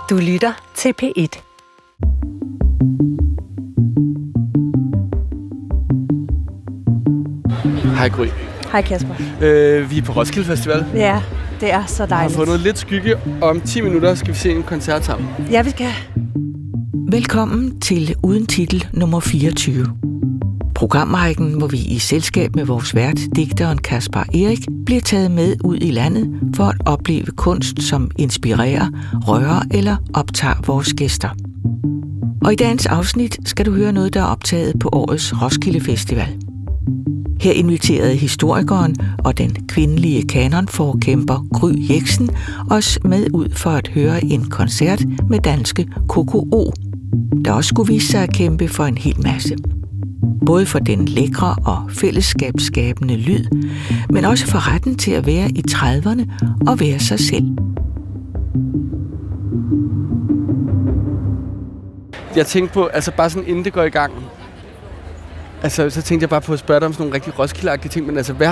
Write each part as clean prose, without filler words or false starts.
Du lytter til P1. Hej Gry. Hej Kasper. Vi er på Roskilde Festival. Ja, det er så dejligt. Vi har fundet lidt skygge. Om 10 minutter skal vi se en koncert sammen. Ja, vi skal. Velkommen til Uden Titel nummer 24. Programrækken, hvor vi i selskab med vores vært, digteren Caspar Erik, bliver taget med ud i landet for at opleve kunst, som inspirerer, rører eller optager vores gæster. Og i dagens afsnit skal du høre noget, der er optaget på årets Roskilde Festival. Her inviterede historikeren og den kvindelige kanonforkæmper Gry Jeksen os med ud for at høre en koncert med danske KKO, der også skulle vise sig at kæmpe for en hel masse. Både for den lækre og fællesskabsskabende lyd, men også for retten til at være i 30'erne og være sig selv. Jeg tænkte på, altså bare sådan inden det går i gang, altså så tænkte jeg bare på at spørge dig om sådan nogle rigtig Roskilde-agtige ting, men altså hvad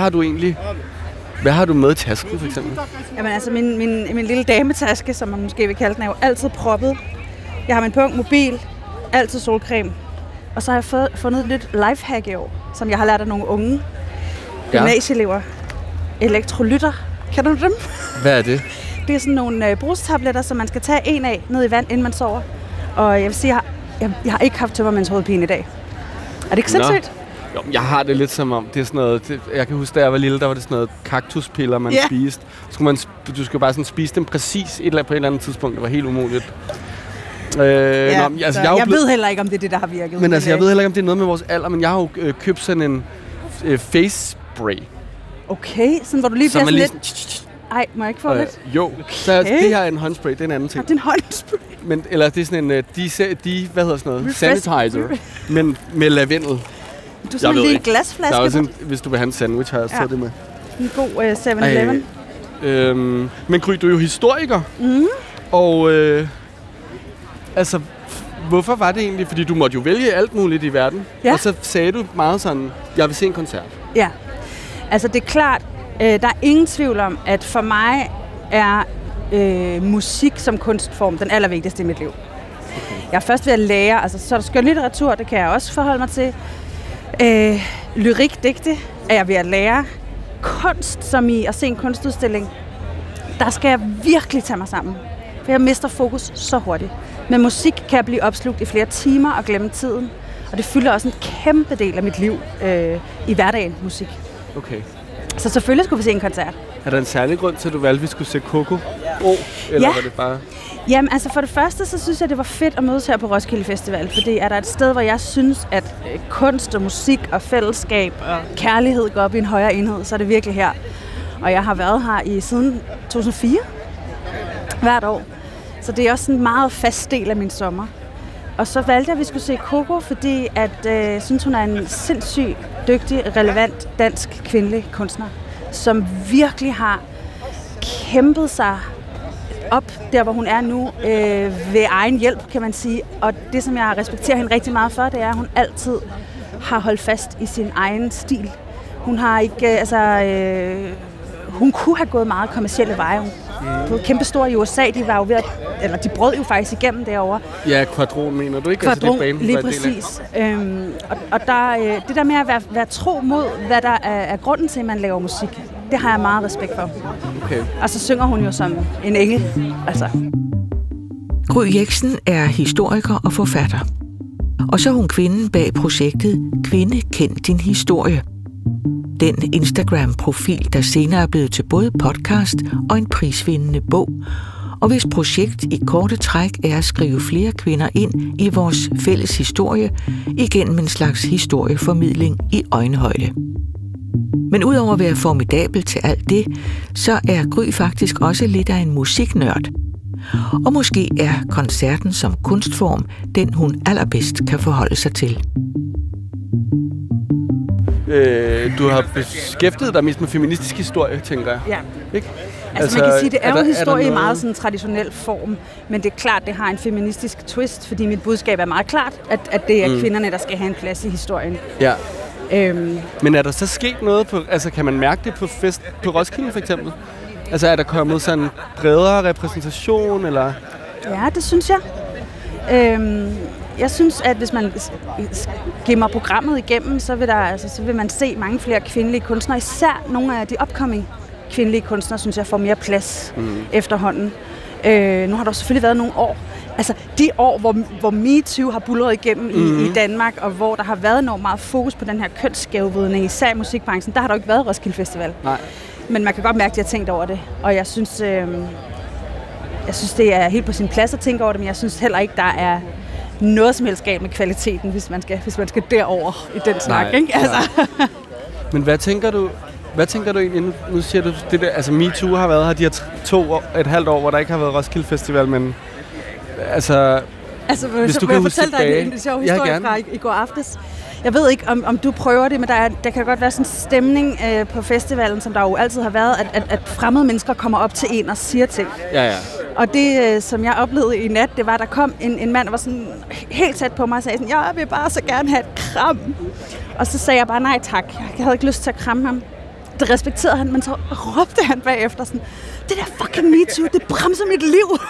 har du med i tasken for eksempel? Jamen altså min lille dametaske, som man måske vil kalde den, er jo altid proppet. Jeg har min punkt mobil, altid solcreme. Og så har jeg fundet et lidt lifehack i år, som jeg har lært af nogle unge gymnasieelever. Elektrolytter. Kender du dem? Hvad er det? Det er sådan nogle brustabletter, som man skal tage en af ned i vand, inden man sover. Og jeg vil sige, jeg har ikke haft tømmermændshovedpine i dag. Er det ikke sindssygt? Jo, jeg har det lidt som om, det er sådan noget, jeg kan huske, da jeg var lille, der var det sådan noget kaktuspiller, man spiste. Du skulle bare sådan spise dem præcis på et eller andet tidspunkt, det var helt umuligt. Jeg ved heller ikke, om det er det, der har virket. Men altså, jeg ved heller ikke, om det er noget med vores alder, men jeg har jo købt sådan en face spray. Okay, sådan hvor du lige bliver sådan lidt... Ej, må jeg ikke få lidt? Jo, okay. Så det her er en håndspray, det er en anden ting. Det er en håndspray? Men, eller det er sådan en, hvad hedder sådan noget? Sanitizer, men med lavendel. Du er sådan en lille glasflaske. Der er også en, hvis du vil have en sandwich, har jeg taget det med. En god 7-Eleven. Men Gry, du er jo historiker. Og altså, hvorfor var det egentlig? Fordi du måtte jo vælge alt muligt i verden. Ja. Og så sagde du meget sådan, jeg vil se en koncert. Ja, altså det er klart, der er ingen tvivl om, at for mig er musik som kunstform den allervigtigste i mit liv. Okay. Jeg er først ved at lære, altså så er der skønlitteratur, det kan jeg også forholde mig til. Lyrik, digte er jeg ved at lære. Kunst, som i at se en kunstudstilling, der skal jeg virkelig tage mig sammen. For jeg mister fokus så hurtigt. Med musik kan jeg blive opslugt i flere timer og glemme tiden. Og det fylder også en kæmpe del af mit liv i hverdagen, musik. Okay. Så selvfølgelig skulle vi se en koncert. Er der en særlig grund til, at du valgte, at vi skulle se Coco? Eller var det bare... Jamen, altså for det første, så synes jeg, det var fedt at mødes her på Roskilde Festival. Fordi er der et sted, hvor jeg synes, at kunst og musik og fællesskab og kærlighed går op i en højere enhed, så er det virkelig her. Og jeg har været her siden 2004. Hvert år. Så det er også en meget fast del af min sommer. Og så valgte jeg, at vi skulle se Coco, fordi jeg synes, hun er en sindssygt dygtig, relevant dansk kvindelig kunstner, som virkelig har kæmpet sig op der, hvor hun er nu, ved egen hjælp, kan man sige. Og det, som jeg respekterer hende rigtig meget for, det er, at hun altid har holdt fast i sin egen stil. Hun har ikke, hun kunne have gået meget kommercielle veje. Hun var kæmpestor i USA, de var jo ved at, eller de brød jo faktisk igennem derovre. Ja, Quadron mener du ikke? Quadron, altså, lige præcis. Og der, det der med at være tro mod, hvad der er grunden til, at man laver musik, det har jeg meget respekt for. Okay. Og så synger hun jo som en engel. Altså. Gry Jeksen er historiker og forfatter. Og så er hun kvinden bag projektet Kvinde Kend Din Historie. Den Instagram-profil, der senere er blevet til både podcast og en prisvindende bog, og hvis projekt i korte træk er at skrive flere kvinder ind i vores fælles historie igennem en slags historieformidling i øjenhøjde. Men udover at være formidabel til alt det, så er Gry faktisk også lidt af en musiknørd. Og måske er koncerten som kunstform den, hun allerbedst kan forholde sig til. Du har beskæftiget dig mest med feministisk historie, tænker jeg. Ja. Ikke? Altså man kan sige, det er jo en historie i meget sådan traditionel form, men det er klart, det har en feministisk twist, fordi mit budskab er meget klart, at det er kvinderne, der skal have en plads i historien. Ja. Men er der så sket noget på, altså kan man mærke det på fest på Roskilde for eksempel? Altså er der kommet sådan en bredere repræsentation, eller? Ja, det synes jeg. Jeg synes, at hvis man skimmer programmet igennem, så vil man se mange flere kvindelige kunstnere. Især nogle af de upcoming kvindelige kunstnere, synes jeg, får mere plads efterhånden. Nu har der selvfølgelig været nogle år. Altså de år, hvor MeToo har buldret igennem i Danmark, og hvor der har været enormt meget fokus på den her kønsskævvridning, især i musikbranchen, der har der jo ikke været Roskilde Festival. Nej. Men man kan godt mærke, at de har tænkt over det. Og jeg synes, det er helt på sin plads at tænke over det, men jeg synes heller ikke, der er noget som helst galt med kvaliteten, hvis man skal derover i den snak. Ikke? Altså. Men hvad tænker du egentlig, nu siger du, det der, altså MeToo har været her de her 2,5 år, hvor der ikke har været Roskilde Festival, men altså hvis du kan huske tilbage. Dig en sjov historie fra i går aftes. Jeg ved ikke, om du prøver det, men der kan godt være sådan en stemning på festivalen, som der jo altid har været, at fremmede mennesker kommer op til en og siger ting. Ja. Og det, som jeg oplevede i nat, det var, at der kom en mand, der var sådan helt tæt på mig og sagde sådan, jeg vil bare så gerne have et kram. Og så sagde jeg bare nej tak. Jeg havde ikke lyst til at kramme ham. Det respekterede han, men så råbte han bagefter sådan, det der fucking MeToo, det bremser mit liv.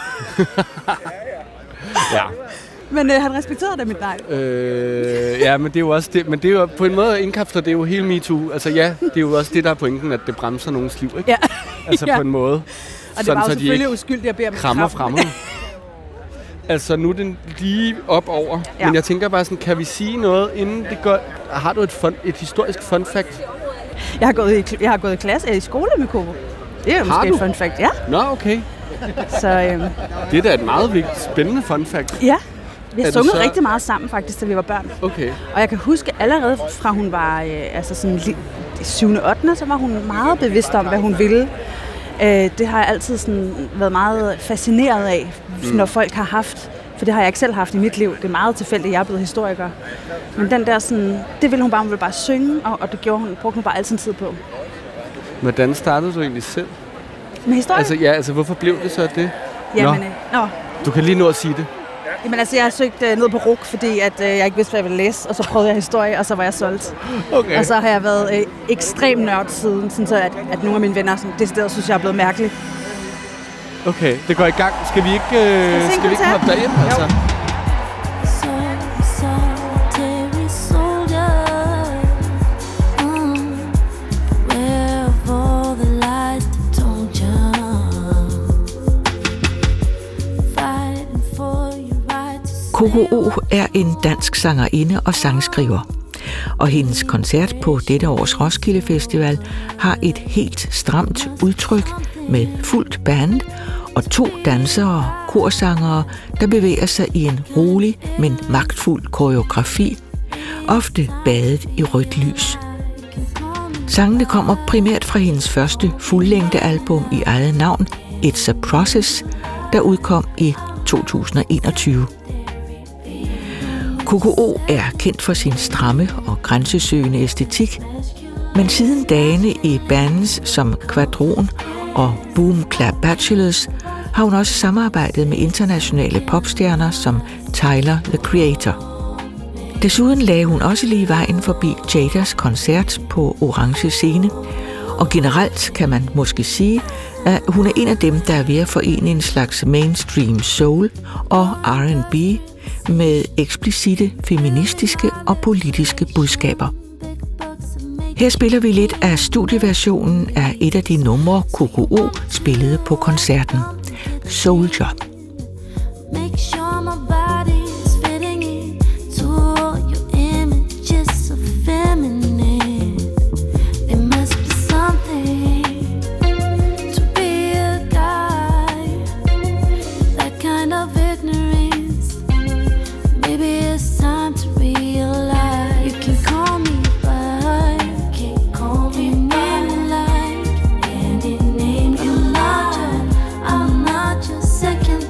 Ja. Men han respekterede da mit nej. Ja, men det er jo også det. Men det er jo på en måde indkapsler det er jo hele MeToo. Altså ja, det er jo også det, der er pointen, at det bremser nogens liv, ikke? Ja. Altså på en måde. Og det var jo selvfølgelig uskyldigt at bede om krammer fremme. Altså nu er den lige op over. Ja. Men jeg tænker bare sådan, kan vi sige noget, inden det går... Har du et historisk fun fact? Jeg har gået i klasse i skole med Coco. Det er jo måske et fun fact, ja. Nå, okay. Så, det er da et meget vigtigt, spændende fun fact. Ja, vi har sunget rigtig meget sammen faktisk, da vi var børn. Okay. Og jeg kan huske allerede fra hun var sådan 7. og 8. så var hun meget bevidst om, hvad hun ville. Det har jeg altid sådan været meget fascineret af, når folk har haft. For det har jeg ikke selv haft i mit liv. Det er meget tilfældigt, at jeg er blevet historiker. Men den der sådan, det ville hun bare synge, og det brugte hun bare al sin tid på. Hvordan startede du egentlig selv? Med historie? Altså hvorfor blev det så det? Jamen, Du kan lige nå at sige det. Jamen altså, jeg søgte ned på RUC, fordi at, jeg ikke vidste, hvad jeg ville læse, og så prøvede jeg historie, og så var jeg solgt. Okay. Og så har jeg været ekstrem nørd siden, sådan så at nogle af mine venner decideret synes, jeg er blevet mærkelig. Okay, det går i gang. Skal vi ikke hoppe derind? Altså? Coco O er en dansk sangerinde og sangskriver, og hendes koncert på dette års Roskilde Festival har et helt stramt udtryk med fuldt band og 2 dansere, korsangere, der bevæger sig i en rolig, men magtfuld koreografi, ofte badet i rødt lys. Sangene kommer primært fra hendes første fuldlængdealbum i eget navn, It's a Process, der udkom i 2021. Coco O er kendt for sin stramme og grænsesøgende æstetik, men siden dagene i bands som Quadron og Boom Clap Bachelors har hun også samarbejdet med internationale popstjerner som Tyler, The Creator. Desuden lagde hun også lige vejen forbi Jadas koncert på Orange Scene, og generelt kan man måske sige, at hun er en af dem, der er ved at forene en slags mainstream soul og R&B med eksplicite feministiske og politiske budskaber. Her spiller vi lidt af studieversionen af et af de numre, Coco O spillede på koncerten, Soldier. Second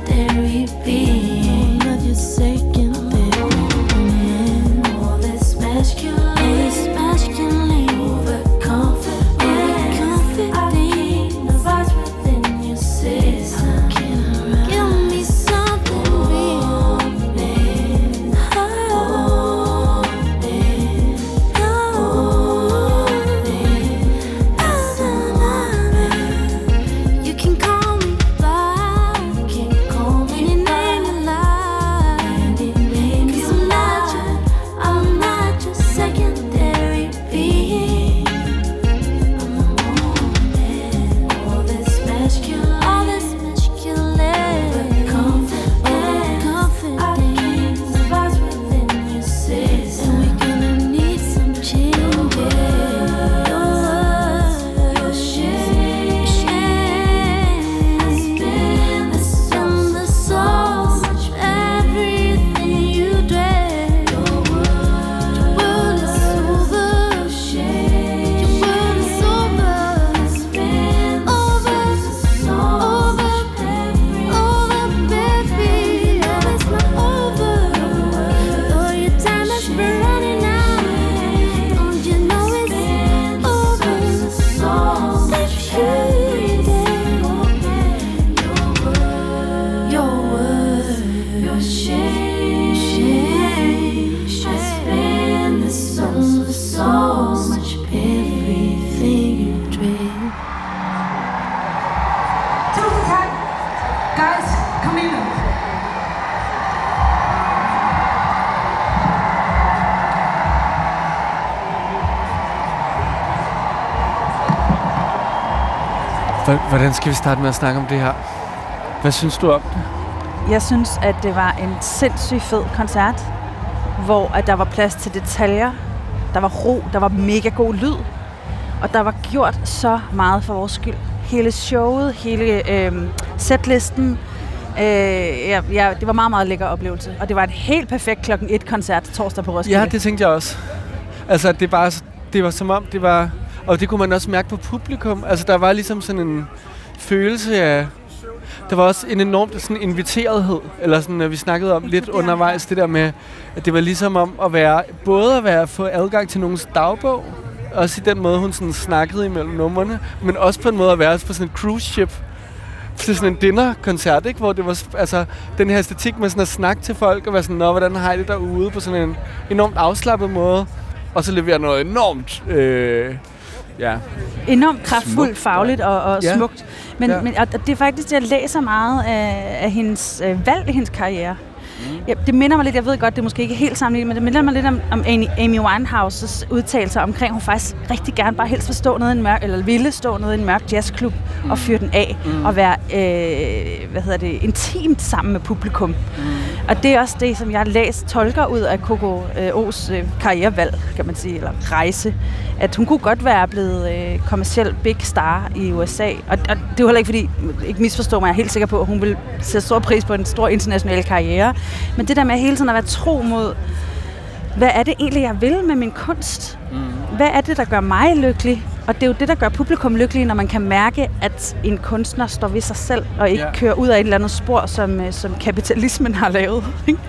Hvordan skal vi starte med at snakke om det her? Hvad synes du om det? Jeg synes, at det var en sindssygt fed koncert, hvor at der var plads til detaljer, der var ro, der var mega god lyd, og der var gjort så meget for vores skyld. Hele showet, hele setlisten, det var meget, meget lækker oplevelse. Og det var en helt perfekt klokken 1 koncert torsdag på Roskilde. Ja, det tænkte jeg også. Altså, det var som om, det var... Og det kunne man også mærke på publikum. Altså, der var ligesom sådan en følelse af... Der var også en enormt sådan inviterethed, eller sådan, at vi snakkede om lidt undervejs, det der med, at det var ligesom om at være, både at få adgang til nogens dagbog, også i den måde, hun sådan snakkede imellem numrene, men også på en måde at være på sådan et cruise ship, til sådan en dinnerkoncert, ikke? Hvor det var altså den her æstetik med sådan at snakke til folk, og være sådan, nå, hvordan har I det derude, på sådan en enormt afslappet måde, og så levere noget enormt... enormt kraftfuldt, fagligt og smukt. Men det er faktisk, jeg læser meget af hendes valg i hendes karriere. Ja, det minder mig lidt, jeg ved godt, det er måske ikke helt sammenlignet, men det minder mig lidt om Amy Winehouses udtalelser omkring, hun faktisk rigtig gerne bare helst vil stå nede i en mørk, eller ville stå nede i en mørk jazzklub og fyre den af, og være, intimt sammen med publikum. Og det er også det, som jeg tolker ud af Coco O's karrierevalg, kan man sige, eller rejse, at hun kunne godt være blevet kommerciel big star i USA. Og det er jo heller ikke, fordi, ikke misforstå mig, jeg er helt sikker på, at hun vil sætte stor pris på en stor international karriere. Men det der med hele tiden at være tro mod, hvad er det egentlig, jeg vil med min kunst? Hvad er det, der gør mig lykkelig? Og det er jo det, der gør publikum lykkelig, når man kan mærke, at en kunstner står ved sig selv, og ikke kører ud af et eller andet spor, som kapitalismen har lavet.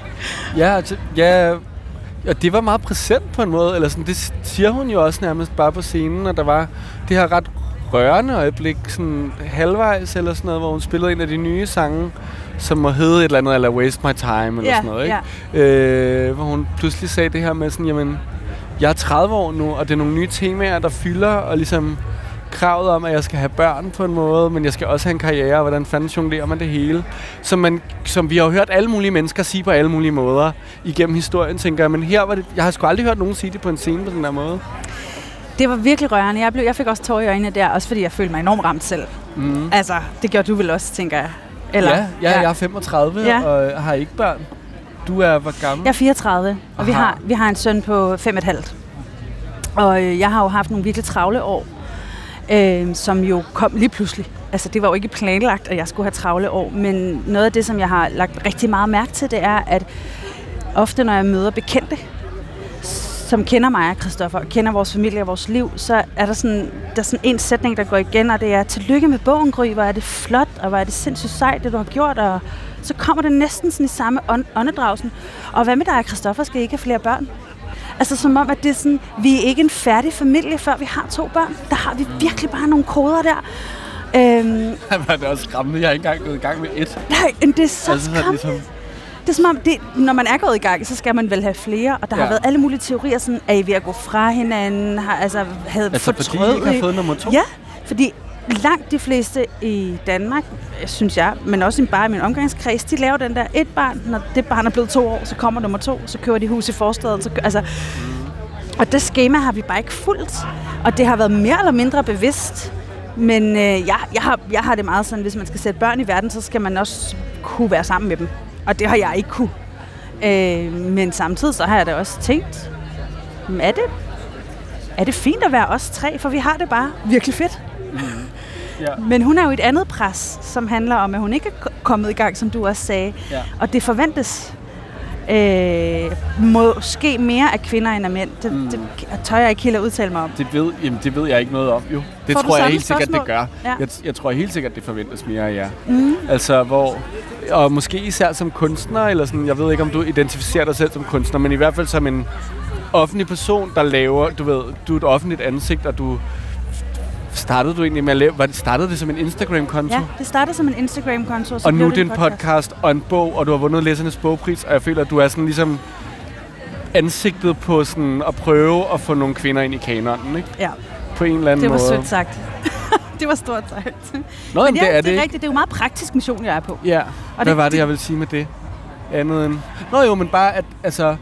Og det var meget præsent på en måde, eller sådan, det siger hun jo også nærmest bare på scenen, og der var det her ret rørende øjeblik, sådan halvvejs eller sådan noget, hvor hun spillede en af de nye sange, som må hedde et eller andet, eller Waste My Time, eller sådan noget, ikke? Hvor hun pludselig sagde det her med sådan, jamen, jeg er 30 år nu, og det er nogle nye temaer, der fylder, og ligesom kravet om, at jeg skal have børn på en måde, men jeg skal også have en karriere, og hvordan fanden jonglerer man det hele? Som vi har jo hørt alle mulige mennesker sige på alle mulige måder igennem historien, tænker jeg, men her var det, jeg har sgu aldrig hørt nogen sige det på en scene på den der måde. Det var virkelig rørende. Jeg fik også tårer i øjnene der, også fordi jeg følte mig enormt ramt selv. Altså, det gjorde du vel også, tænker jeg. Eller? Ja, jeg er 35 og har ikke børn. Du er hvor gammel? Jeg er 34, og vi har en søn på 5,5. Og jeg har jo haft nogle virkelig travle år, som jo kom lige pludselig. Altså, det var jo ikke planlagt, at jeg skulle have travle år, men noget af det, som jeg har lagt rigtig meget mærke til, det er, at ofte, når jeg møder bekendte, som kender mig og Christoffer, og kender vores familie og vores liv, så er der sådan en sætning, der går igen, og det er, tillykke med bogen, Gry, hvor er det flot, og hvor er det sindssygt sejt, det du har gjort, og så kommer det næsten sådan i samme åndedrag. Og hvad med dig, Christoffer, skal I ikke have flere børn? Altså som om, at det er sådan, vi er ikke en færdig familie, før vi har 2 børn. Der har vi virkelig bare nogle koder der. Det er også skræmmende, jeg har ikke engang gået i gang med 1. Nej, men det er så skræmmende. Det er som om, når man er gået i gang, så skal man vel have flere, og der har været alle mulige teorier, sådan, er I ved at gå fra hinanden, havde fortrydet. Fordi I ikke har fået nummer 2? Ja, fordi langt de fleste i Danmark, synes jeg, men også bare i min omgangskreds, de laver den der 1 barn, når det barn er blevet 2 år, så kommer nummer 2, så køber de hus i forstaden, og det skema har vi bare ikke fulgt, og det har været mere eller mindre bevidst. Men jeg har det meget sådan, hvis man skal sætte børn i verden, så skal man også kunne være sammen med dem. Og det har jeg ikke kunne. Men samtidig så har jeg da også tænkt, er det fint at være os 3, for vi har det bare virkelig fedt. Men hun er jo et andet pres, som handler om, at hun ikke er kommet i gang, som du også sagde. Og det forventes måske mere af kvinder end af mænd. Det tør jeg ikke helt at udtale mig om. Det ved jeg ikke noget om, jo. Det tror jeg helt sikkert, det gør. Ja. Jeg tror helt sikkert, det forventes mere af jer. Altså, og måske især som kunstner, eller sådan, jeg ved ikke, om du identificerer dig selv som kunstner, men i hvert fald som en offentlig person, der laver, du er et offentligt ansigt, og startede du egentlig med at lave, startede det som en Instagram-konto? Ja, det startede som en Instagram-konto. Og nu er det en podcast og en bog, og du har vundet Læsernes Bogpris, og jeg føler, at du er sådan ligesom ansigtet på sådan at prøve at få nogle kvinder ind i kanonen, ikke? Ja. På en eller anden måde. Det var sødt sagt. Det var stort sagt. Nå, men det er rigtigt. Det er jo meget praktisk mission, jeg er på. Ja, og hvad var det, jeg vil sige med det? Andet end... Nå jo, men bare at, altså...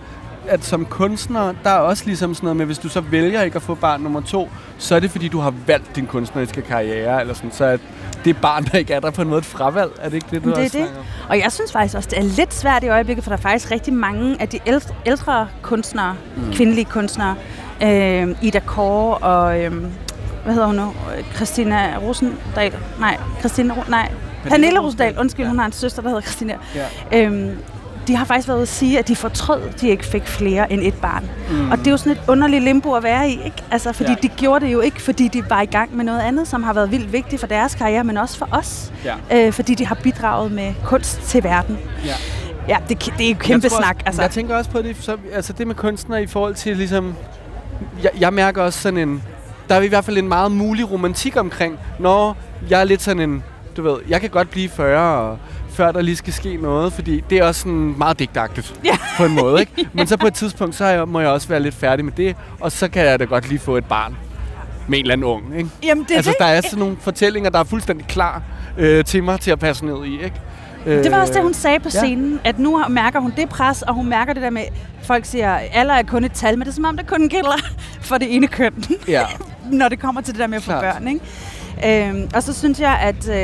at som kunstner, der er også ligesom sådan noget med, hvis du så vælger ikke at få barn nummer 2, så er det fordi, du har valgt din kunstneriske karriere, eller sådan, så at det barn, der ikke er der på en måde et fravalg. Er det ikke det, du også snakker om? Og jeg synes faktisk også, det er lidt svært i øjeblikket, for der er faktisk rigtig mange af de ældre kunstnere, kvindelige kunstnere, Ida Kåre og, hvad hedder hun nu? Christina Rosendal? Pernille Rosendal, undskyld, hun har en søster, der hedder Christina. Ja. De har faktisk været ude at sige, at de fortrød, at de ikke fik flere end et barn. Og det er jo sådan et underligt limbo at være i, ikke? Altså, fordi de gjorde det jo ikke, fordi de var i gang med noget andet, som har været vildt vigtigt for deres karriere, men også for os. Ja. Fordi de har bidraget med kunst til verden. Ja. Ja, det er jo kæmpe snak. Altså. Jeg tænker også på det, så, altså det med kunstnere i forhold til ligesom... Jeg mærker også sådan en... Der er i hvert fald en meget mulig romantik omkring, når jeg er lidt sådan en... Du ved, jeg kan godt blive 40, og før der lige skal ske noget, fordi det er også sådan meget digtagtigt på en måde, ikke? Men så på et tidspunkt, så må jeg også være lidt færdig med det, og så kan jeg da godt lige få et barn med en eller anden ung, ikke? Jamen, det altså, der er sådan nogle fortællinger, der er fuldstændig klar til mig til at passe ned i, ikke? Det var også det, hun sagde på scenen, at nu mærker hun det pres, og hun mærker det der med, folk siger, alder er kun et tal, men det er som om, det kun gælder for det ene køn, når det kommer til det der med at få børn, ikke? Og så synes jeg,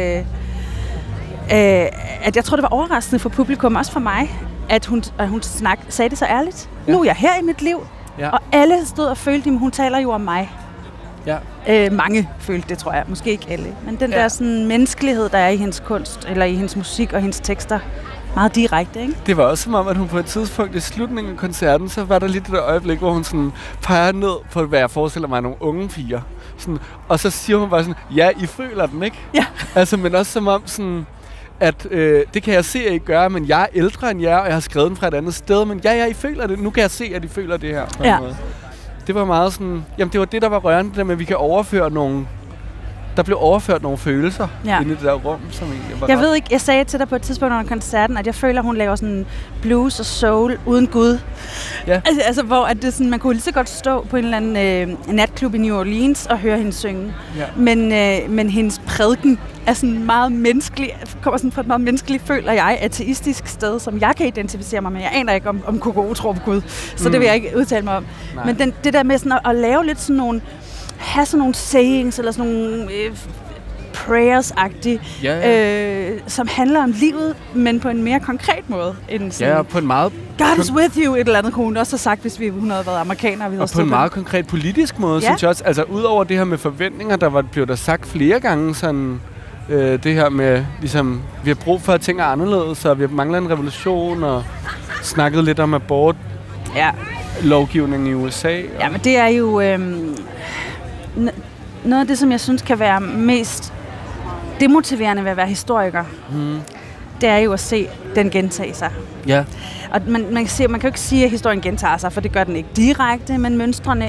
at jeg tror, det var overraskende for publikum, også for mig, at hun sagde det så ærligt. Ja. Nu er jeg her i mit liv, og alle stod og følte, at hun taler jo om mig. Ja. Mange følte det, tror jeg. Måske ikke alle. Men den der sådan menneskelighed, der er i hendes kunst, eller i hendes musik og hendes tekster, meget direkte, ikke? Det var også som om, at hun på et tidspunkt i slutningen af koncerten, så var der lidt det der øjeblik, hvor hun sådan peger ned på, hvad jeg forestiller mig, nogle unge piger. Sådan, og så siger hun bare sådan, ja, I føler den, ikke? Ja. Altså, men også som om sådan... at det kan jeg se, at I gør, men jeg er ældre end jer, og jeg har skrevet den fra et andet sted, men I føler det. Nu kan jeg se, at I føler det her. På en måde. Det var meget sådan... Jamen, det var det, der var rørende, det der med, at vi kan overføre nogle... Der blev overført nogle følelser inde i det der rum, som egentlig var ved ikke, jeg sagde til dig på et tidspunkt under koncerten, at jeg føler, at hun laver sådan blues og soul uden Gud. Ja. Altså hvor at det sådan, man kunne lige så godt stå på en eller anden natklub i New Orleans og høre hende synge. Ja. Men hendes prædiken er sådan meget menneskelig, kommer sådan fra et meget menneskeligt, føler jeg, ateistisk sted, som jeg kan identificere mig med. Jeg aner ikke, om Koko tror på Gud, så det vil jeg ikke udtale mig om. Nej. Men det der med sådan at lave lidt sådan nogle, have sådan nogle sayings, eller sådan nogle prayers-agtige, som handler om livet, men på en mere konkret måde. End sådan, ja, på en meget... God is with you, et eller andet kunne hun også have sagt, hvis hun havde været amerikanere. Og på en meget konkret politisk måde, synes jeg også. Altså, udover det her med forventninger, blev der sagt flere gange sådan... det her med, ligesom, vi har brug for at tænke anderledes, så vi mangler en revolution, og snakket lidt om abort, lovgivningen i USA. Ja, men det er jo noget af det, som jeg synes kan være mest demotiverende ved at være historiker. Det er jo at se den gentage sig. Ja. Og man kan jo ikke sige, at historien gentager sig, for det gør den ikke direkte, men mønstrene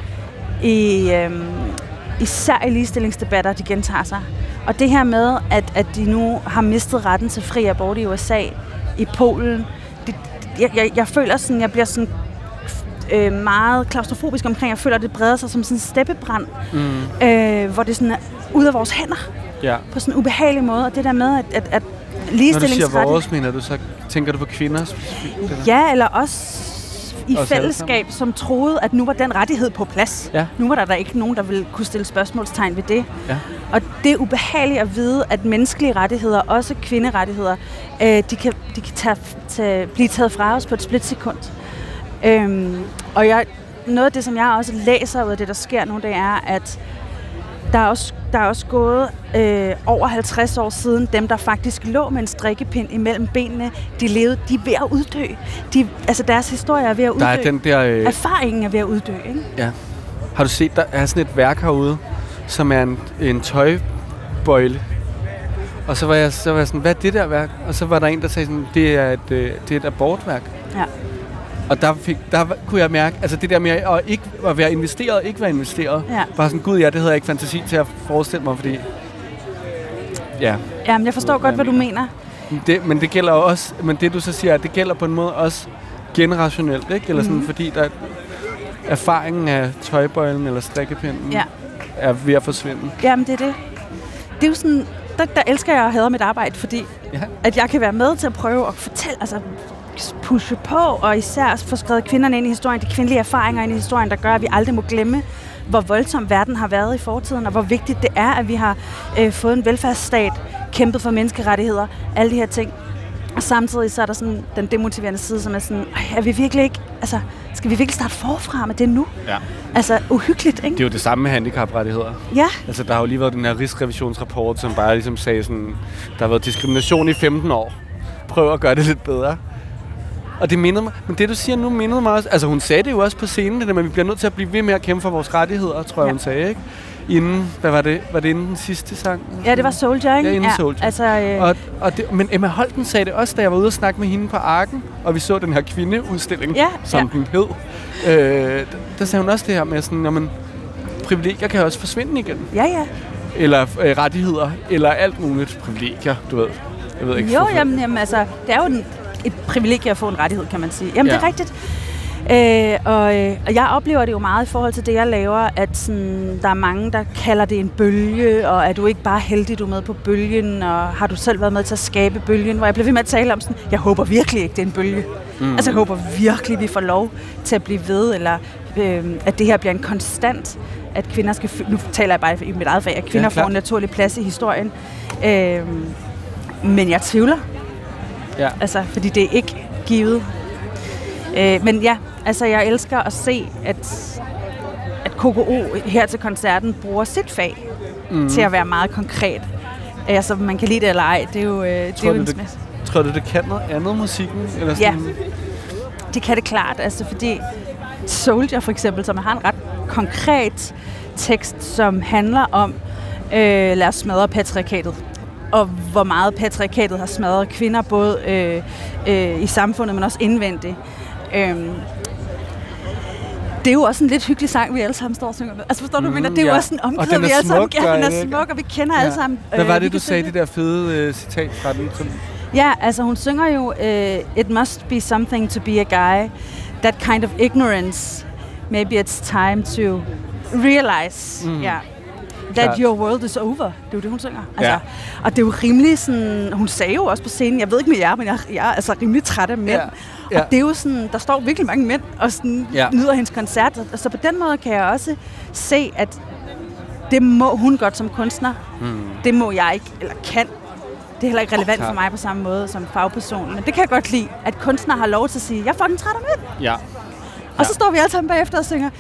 især i ligestillingsdebatter, de gentager sig. Og det her med, at de nu har mistet retten til fri abort i USA, i Polen, jeg føler sådan, jeg bliver sådan meget klaustrofobisk omkring. Jeg føler, at det breder sig som sådan en steppebrand, hvor det sådan er ud af vores hænder, på sådan en ubehagelig måde. Og det der med, at ligestillingsretten... Når du siger vores, mener du, så tænker du på kvinder specifikt? Ja, eller også i fællesskab, som troede, at nu var den rettighed på plads. Ja. Nu var der ikke nogen, der ville kunne stille spørgsmålstegn ved det. Ja. Og det er ubehageligt at vide, at menneskelige rettigheder, også kvinderettigheder, de kan blive taget fra os på et splitsekund. Og noget af det, som jeg også læser ud af det, der sker nu, det er, at der er også gået over 50 år siden, dem der faktisk lå med en strikkepind imellem benene, de er ved at uddø. Deres historie er ved at uddø. Der er den der... Erfaringen er ved at uddø, ikke? Ja. Har du set, der er sådan et værk herude, som er en tøjbøjle. Og så var jeg sådan, hvad er det der værk? Og så var der en, der sagde sådan, det er et abortværk. Ja. Og der kunne jeg mærke, altså det der med at være investeret og ikke være investeret, bare sådan, gud det havde jeg ikke fantasi til at forestille mig, fordi... Ja. Jamen, jeg forstår godt, hvad du mener. Men det gælder også, men det du så siger, at det gælder på en måde også generationelt, ikke? Eller sådan, fordi der erfaringen af tøjbøjlen eller strikkepinden er ved at forsvinde. Jamen, det er det. Det er jo sådan... der elsker jeg at have mit arbejde, fordi at jeg kan være med til at prøve at fortælle, altså pushe på, og især få skrevet kvinderne ind i historien, de kvindelige erfaringer ind i historien, der gør, at vi aldrig må glemme, hvor voldsom verden har været i fortiden, og hvor vigtigt det er, at vi har fået en velfærdsstat, kæmpet for menneskerettigheder, alle de her ting. Og samtidig så er der sådan den demotiverende side, som er sådan, er vi virkelig ikke, altså, skal vi virkelig starte forfra med det nu? Ja. Altså, uhyggeligt, ikke? Det er jo det samme med handicaprettigheder. Ja. Altså, der har jo lige været den her Rigsrevisionsrapport, som bare ligesom sagde sådan, der har været diskrimination i 15 år. Prøv at gøre det lidt bedre. Og det mindede mig, men det du siger nu mindede mig også, altså hun sagde det jo også på scenen, det der, men vi bliver nødt til at blive ved med at kæmpe for vores rettigheder, tror jeg hun sagde, ikke? Inden, hvad var det? Var det inden den sidste sang? Ja, det var Soldier, ikke? Ja, inden Soldier. Altså, men Emma Holten sagde det også, da jeg var ude og snakke med hende på Arken, og vi så den her kvindeudstilling, som den hed. Der sagde hun også det her med sådan, jamen, privilegier kan også forsvinde igen. Ja, ja. Eller rettigheder, eller alt muligt privilegier, du ved. Jeg ved ikke. Jo, jamen, altså, det er jo et privilegie at få en rettighed, kan man sige. Jamen, det er rigtigt. Og jeg oplever det jo meget i forhold til det, jeg laver, at sådan, der er mange, der kalder det en bølge, og er du ikke bare heldig, du er med på bølgen, og har du selv været med til at skabe bølgen, hvor jeg bliver ved med at tale om sådan, jeg håber virkelig ikke, det er en bølge. Altså, jeg håber virkelig, vi får lov til at blive ved, eller at det her bliver en konstant, at kvinder skal, nu taler jeg bare i mit eget fag, at kvinder får en naturlig plads i historien. Men jeg tvivler. Ja. Altså, fordi det er ikke givet. Men ja, altså jeg elsker at se, at KKO her til koncerten bruger sit fag til at være meget konkret. Altså, man kan lide det eller ej, det er jo, Tror du, det kan noget andet musikken? Eller sådan? Ja, det kan det klart. Altså, fordi Soldier for eksempel, som har en ret konkret tekst, som handler om, lad os smadre patriarkatet. Og hvor meget patriarkatet har smadret kvinder, både i samfundet, men også indvendigt. Det er jo også en lidt hyggelig sang, vi alle sammen står og synger med. Altså forstår du, mener? Det er jo også en omkring, vi alle sammen gerne er smuk, og vi kender alle sammen. Hvad var det, du sagde, det der fede citat fra den? Ja, altså hun synger jo, it must be something to be a guy, that kind of ignorance, maybe it's time to realize, that your world is over. Det er jo det, hun synger. Altså, og det er jo rimelig sådan, hun sagde jo også på scenen, jeg ved ikke med jer, men jeg er altså rimelig træt af mænd. Og det er jo sådan, der står virkelig mange mænd og sådan nyder hendes koncert. Så på den måde kan jeg også se, at det må hun godt som kunstner. Det må jeg ikke, eller kan. Det er heller ikke relevant for mig på samme måde som fagperson. Men det kan jeg godt lide, at kunstnere har lov til at sige, jeg får den træt af mænd. Ja. Og så står vi alle sammen bagefter og synger,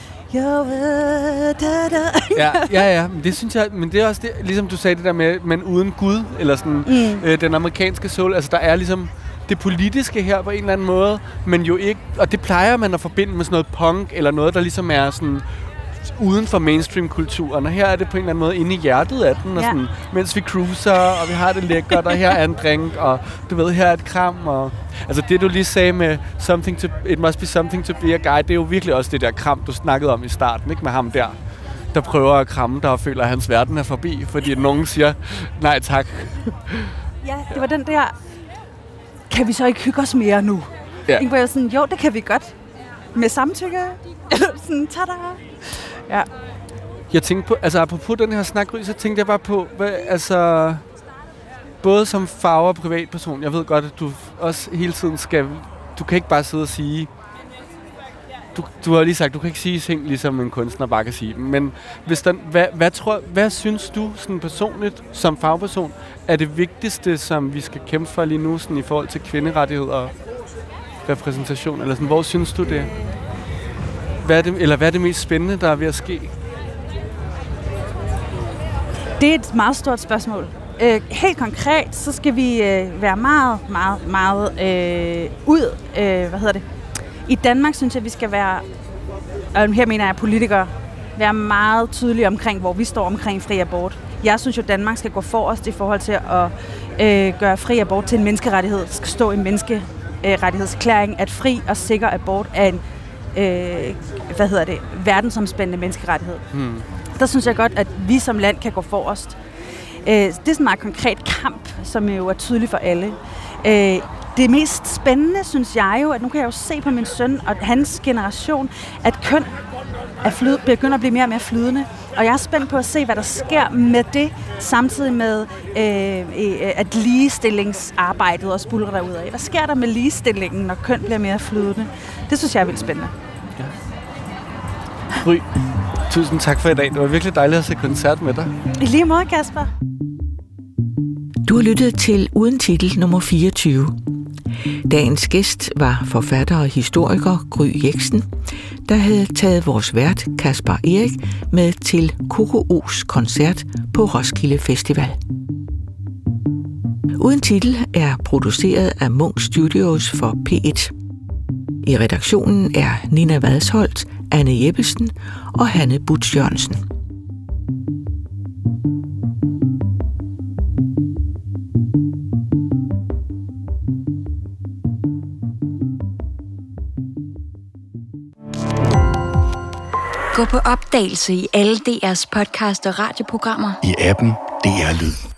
ja, det synes jeg, men det er også det, ligesom du sagde det der med, men uden Gud, eller sådan, den amerikanske soul, altså der er ligesom det politiske her på en eller anden måde, men jo ikke, og det plejer man at forbinde med sådan noget punk, eller noget, der ligesom er sådan uden for mainstream-kulturen, og her er det på en eller anden måde inde i hjertet af den, og sådan, mens vi cruiser, og vi har det lækkert, og her er en drink, og du ved, her er et kram, og altså det du lige sagde med it must be something to be a guy, det er jo virkelig også det der kram, du snakkede om i starten, ikke, med ham der prøver at kramme dig og føler, at hans verden er forbi, fordi nogen siger, nej tak. Ja, det var den der, kan vi så ikke hygge os mere nu? Ja. Ikke, hvor jeg sådan, jo, det kan vi godt. Med samtykke. Eller sådan, tada. Ja. Jeg tænkte på, altså apropos den her snakry, så tænkte jeg bare på, altså både som fag- og privatperson, jeg ved godt, at du også hele tiden du kan ikke bare sidde og sige, du har lige sagt, du kan ikke sige ting, ligesom en kunstner bare kan sige dem, men hvis hvad synes du sådan personligt, som fagperson, er det vigtigste, som vi skal kæmpe for lige nu, sådan i forhold til og repræsentation, eller sådan, hvor synes du det? Hvad er det mest spændende, der er ved at ske? Det er et meget stort spørgsmål. Helt konkret, så skal vi være meget, meget, meget I Danmark synes jeg, vi skal være, og her mener jeg politikere, være meget tydelige omkring, hvor vi står omkring fri abort. Jeg synes jo, Danmark skal gå forrest i forhold til at gøre fri abort til en menneskerettighed. Det skal stå i menneskerettighedserklæringen, at fri og sikker abort er en verdensomspændende menneskerettighed. Der synes jeg godt, at vi som land kan gå forrest. Det er sådan en meget konkret kamp, som jo er tydelig for alle. Det mest spændende, synes jeg jo, at nu kan jeg jo se på min søn og hans generation, at køn begynder at blive mere og mere flydende. Og jeg er spændt på at se, hvad der sker med det, samtidig med, at ligestillingsarbejdet også buldrer derudad. Hvad sker der med ligestillingen, når køn bliver mere flydende? Det synes jeg er vildt spændende. Ja. Gry, tusind tak for i dag. Det var virkelig dejligt at se koncert med dig. I lige måde, Kasper. Du har lyttet til Uden Titel nummer 24. Dagens gæst var forfatter og historiker Gry Jexen, der havde taget vores vært Caspar Erik med til KKO's koncert på Roskilde Festival. Uden Titel er produceret af Munch Studios for P1. I redaktionen er Nina Vadsholt, Anne Jeppesen og Hanne Butz Jørgensen. Gå på opdagelse i alle DR's podcast og radioprogrammer. I appen DR Lyd.